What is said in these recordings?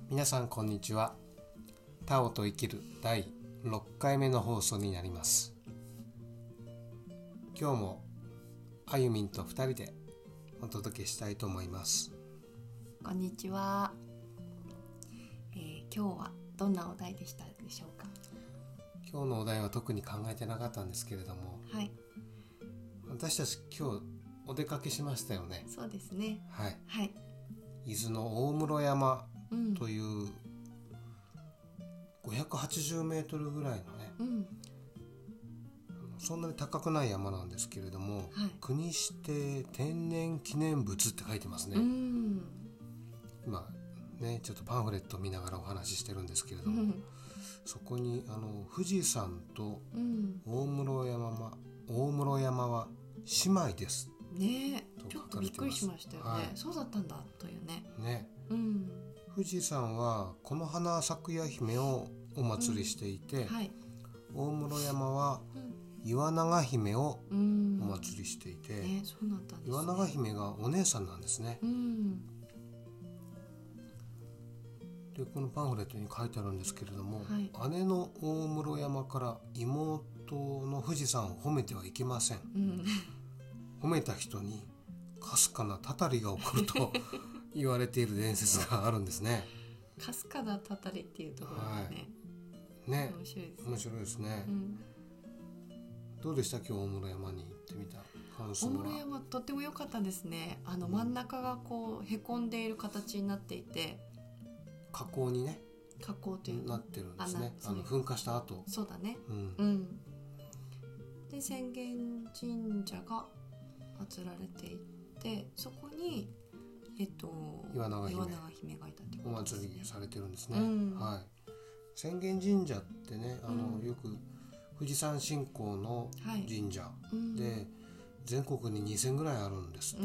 皆さんこんにちは。タオと生きる第6回目の放送になります。今日もあゆみんと2人でお届けしたいと思います。 こんにちは。今日はどんなお題でしたでしょうか。 今日のお題は特に考えてなかったんですけれども、 はい、 私たち今日お出かけしましたよね。 そうですね。 はい、 はい、 伊豆の大室山という580メートルぐらいのね、そんなに高くない山なんですけれども、 はい、 国指定天然記念物って書いてますね。今ねちょっとパンフレットを見ながらお話ししてるんですけれども、そこに富士山と大室山は姉妹ですねえ、 とちょっと書かれてます。 びっくりしましたよね、 はい、 そうだったんだというね。 ね、富士山はこの花咲夜姫をお祭りしていて、 はい、 大室山は岩永姫をお祭りしていて、 そうなったんですね。 岩永姫がお姉さんなんですね。でこのパンフレットに書いてあるんですけれども、 はい、 姉の大室山から妹の富士山を褒めてはいけません。褒めた人にかすかなたたりが起こると言われている伝説があるんですね。 かすかなたたりっていうところがね、 ね、 面白いですね。 面白いですね。どうでした今日大室山に行ってみた感想は。 大室山とっても良かったですね。真ん中がこうへこんでいる形になっていて、 火口にね火口というなってるんですね。 そう噴火した後。 そうだね。で浅間神社が祀られていて、そこに岩永姫がいたっておことですね。 祭りされてるんですね。はい。浅間神社ってね、よく富士山信仰の神社で、全国に2000ぐらいあるんですって。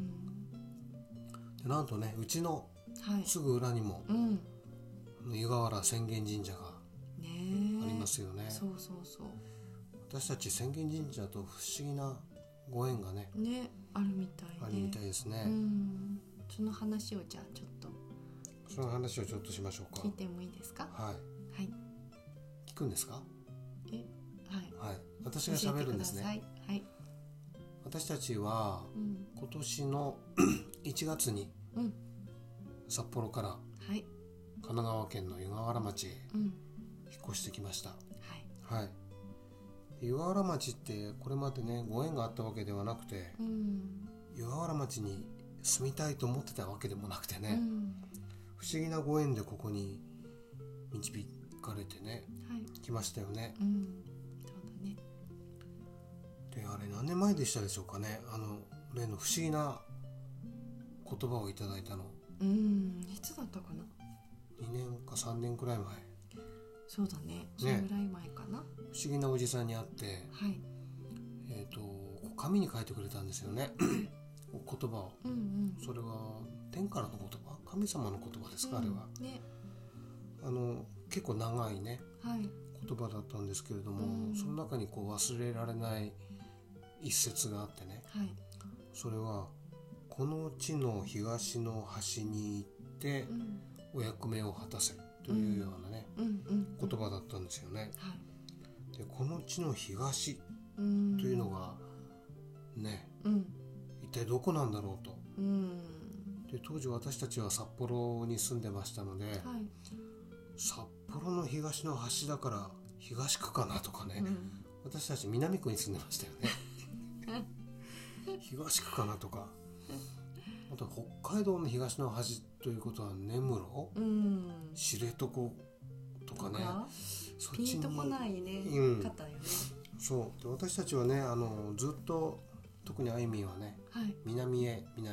でなんとね、うちのすぐ裏にも、湯河原浅間神社がありますよね。 そうそうそう。 私たち浅間神社と不思議なご縁がねあるみたいで、 あるみたいですね。 その話をじゃあちょっとその話をちょっとしましょうか。 聞いてもいいですか。 はい、 はい、 聞くんですか。 はい、 私が喋るんですね。 はい、 私たちは今年の1月に札幌から神奈川県の湯河原町へ引っ越してきました。はい、湯河原町ってこれまでねご縁があったわけではなくて、湯河原町に住みたいと思ってたわけでもなくてね、不思議なご縁でここに導かれてね、来ましたよね。 そうだね。 であれ何年前でしたでしょうかね、例の不思議な言葉をいただいたの。 いつだったかな。 2年か3年くらい前。 そうだね、それぐらい前かな。 不思議なおじさんに会って、紙に書いてくれたんですよね言葉を。それは天からの言葉、神様の言葉ですか、あれは。結構長いね、言葉だったんですけれども、その中にこう忘れられない一節があってね、それはこの地の東の端に行ってお役目を果たせというようなね、言葉だったんですよね。でこの地の東というのがね、一体どこなんだろうと。で当時私たちは札幌に住んでましたので、札幌の東の端だから東区かなとかね、私たち南区に住んでましたよね東区かなとか、あと北海道の東の端ということは根室、知床とかね、そっちにピンとこないね、方よね。 そうで私たちはねずっと特にあゆみんはね、南へと、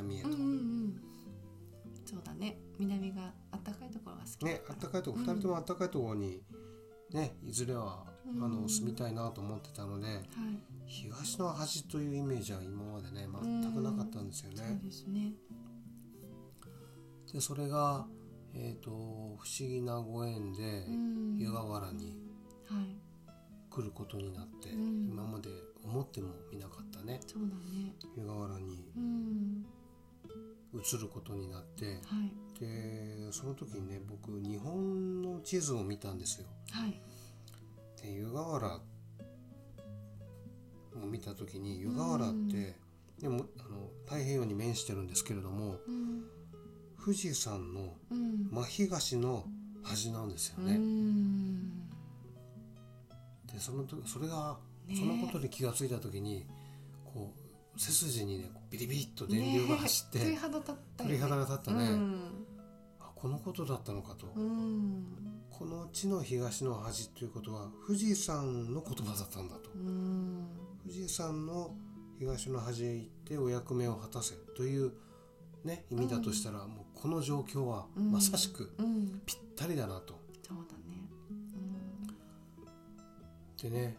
そうだね、南があったかいところが好きね、あったかいところ、2人ともあったかいところにねいずれは住みたいなと思ってたので、東の端というイメージは今までね全くなかったんですよね。 そうですね。 でそれが不思議なご縁で湯河原に来ることになって、今まで思ってもみなかったね、 そうだね、 湯河原に移ることになって、でその時にね僕日本の地図を見たんですよ。 はい。 で湯河原を見た時に湯河原ってでも太平洋に面してるんですけれども、富士山の真東の端なんですよね。でそれがそのことに気がついた時にこう背筋にねビリビリっと電流が走って、 鳥肌立ったよね。 鳥肌が立ったね。このことだったのかと。この地の東の端ということは富士山の言葉だったんだと。富士山の東の端へ行ってお役目を果たせというね意味だとしたら、もうこの状況はまさしくぴったりだなと。 そうだね。 でね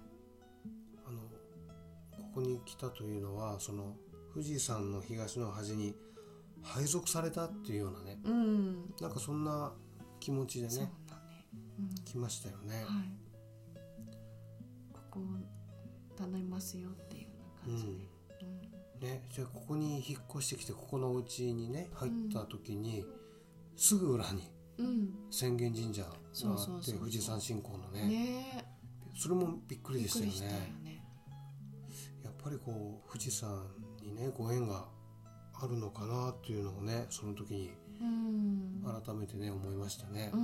ここに来たというのはその富士山の東の端に配属されたっていうようなね、なんかそんな気持ちでね来ましたよね。 はい、ここ頼みますよっていうような感じで、 ね、じゃあここに引っ越してきてここのお家にね入った時に、すぐ裏に浅間神社があって富士山信仰のね、それもびっくりでしたよね。やっぱりこう富士山にねご縁があるのかなっていうのをねその時に改めてね思いましたね。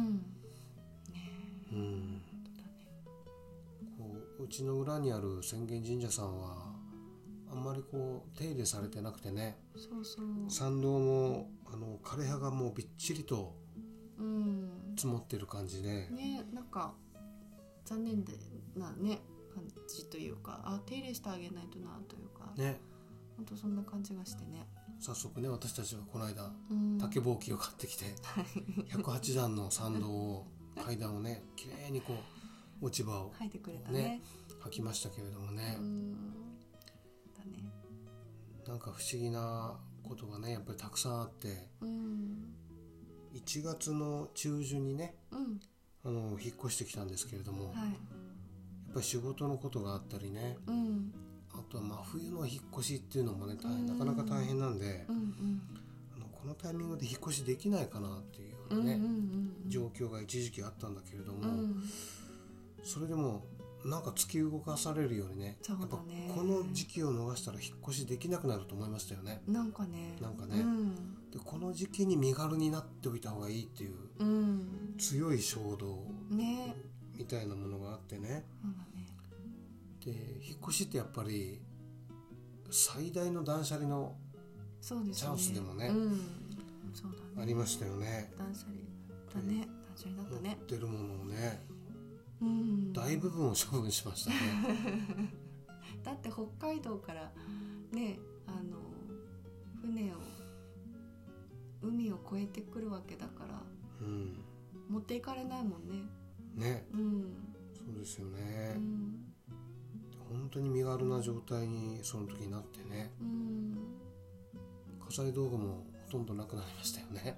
こううちの裏にある浅間神社さんはあんまりこう手入れされてなくてね、参道も枯れ葉がもうびっちりと積もってる感じで、 なんか残念なね感じというか、手入れしてあげないとなというかね、本当そんな感じがしてね。 早速ね私たちはこの間、竹ぼうきを買ってきて108段の参道を階段をねきれいにこう落ち葉を履いてくれたね履きましたけれどもね、なんか不思議なことがねやっぱりたくさんあって、1月の中旬にね、引っ越してきたんですけれども、やっぱり仕事のことがあったりね、あとは真冬の引っ越しっていうのもねなかなか大変なんで、このタイミングで引っ越しできないかなっていうようなね、状況が一時期あったんだけれども、それでもなんか突き動かされるようにね、やっぱこの時期を逃したら引っ越しできなくなると思いましたよね。なんかね、でこの時期に身軽になっておいた方がいいっていう、強い衝動みたいなものがあってね。で引っ越しってやっぱり最大の断捨離のチャンスでもね、ありましたよね。 断捨離だね。断捨離だったね。 持ってるものをね、大部分を処分しましたね。 だって北海道からね船を海を越えてくるわけだから、持っていかれないもんね。そうですよね。本当に身軽な状態にその時になってね、家財道具もほとんどなくなりましたよね。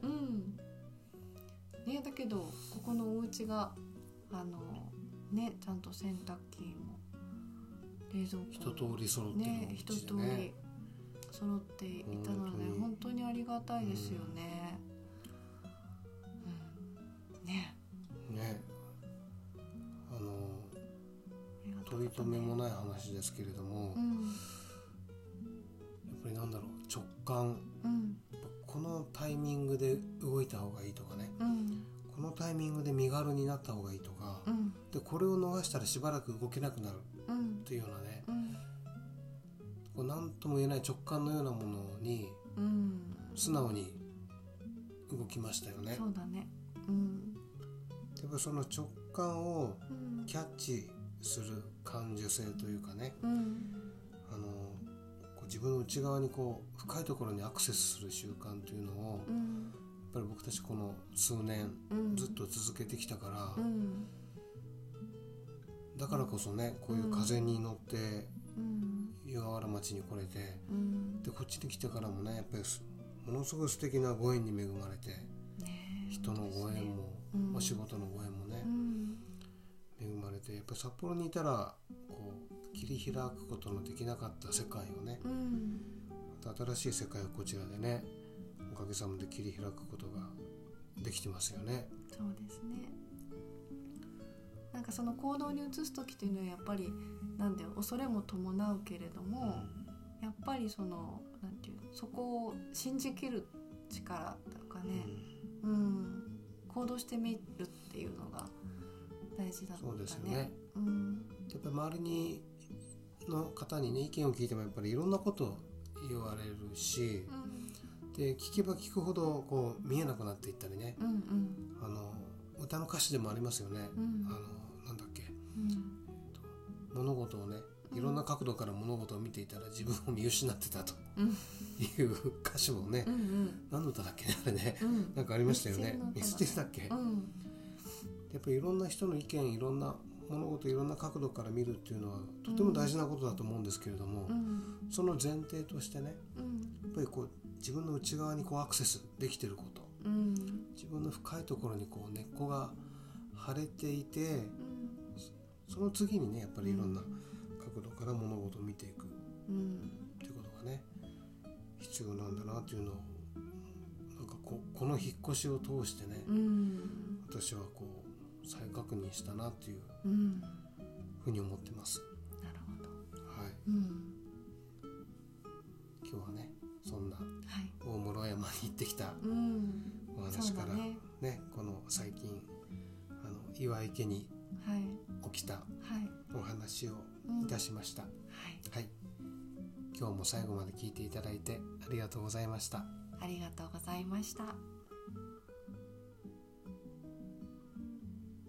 だけどここのお家がちゃんと洗濯機も冷蔵庫一通り揃ってるお家でね、 一通り揃っていたので本当にありがたいですよね。 取り留めもない話ですけれども、やっぱりなんだろう、直感、このタイミングで動いた方がいいとかね、このタイミングで身軽になった方がいいとか、でこれを逃したらしばらく動けなくなるっていうようなね、こう何とも言えない直感のようなものに素直に動きましたよね。 そうだね。 やっぱりその直感をキャッチする感受性というかね、こう自分の内側にこう深いところにアクセスする習慣というのを、やっぱり僕たちこの数年ずっと続けてきたから、だからこそねこういう風に乗って湯河原町に来れて、でこっちに来てからもねやっぱりものすごい素敵なご縁に恵まれて、人のご縁も、お仕事のご縁もね、恵まれて、やっぱり札幌にいたらこう切り開くことのできなかった世界をね、また新しい世界をこちらでねおかげさまで切り開くことができきてますよね。 そうですね。なんかその行動に移す時というのはやっぱりなんだよ、恐れも伴うけれども、やっぱりそのなんていう、そこを信じきる力とかね、行動してみるっていうのが大事だったね。 そうですよね。やっぱり周りにの方にね、意見を聞いてもやっぱりいろんなことを言われるし、で聞けば聞くほどこう見えなくなっていったりね、歌の歌詞でもありますよね。なんだっけ、物事をね、いろんな角度から物事を見ていたら自分を見失ってたという歌詞もね、何の歌だっけね、あれね、なんかありましたよね。ミスチルだっけ。やっぱりいろんな人の意見、いろんな物事、いろんな角度から見るっていうのはとても大事なことだと思うんですけれども、その前提としてね、やっぱりこう自分の内側にこうアクセスできていること、自分の深いところにこう根っこが張れていて、その次にね、やっぱりいろんな角度から物事を見ていくっていうことがね、必要なんだなっていうのをなんかこの引っ越しを通してね、私はこう再確認したなっていうふうに思ってます。 なるほど。 はい。今日はね、そんな大室山に行ってきたお話からね、この最近岩池に起きたお話をいたしました。はい。今日も最後まで聞いていただいてありがとうございました。 ありがとうございました。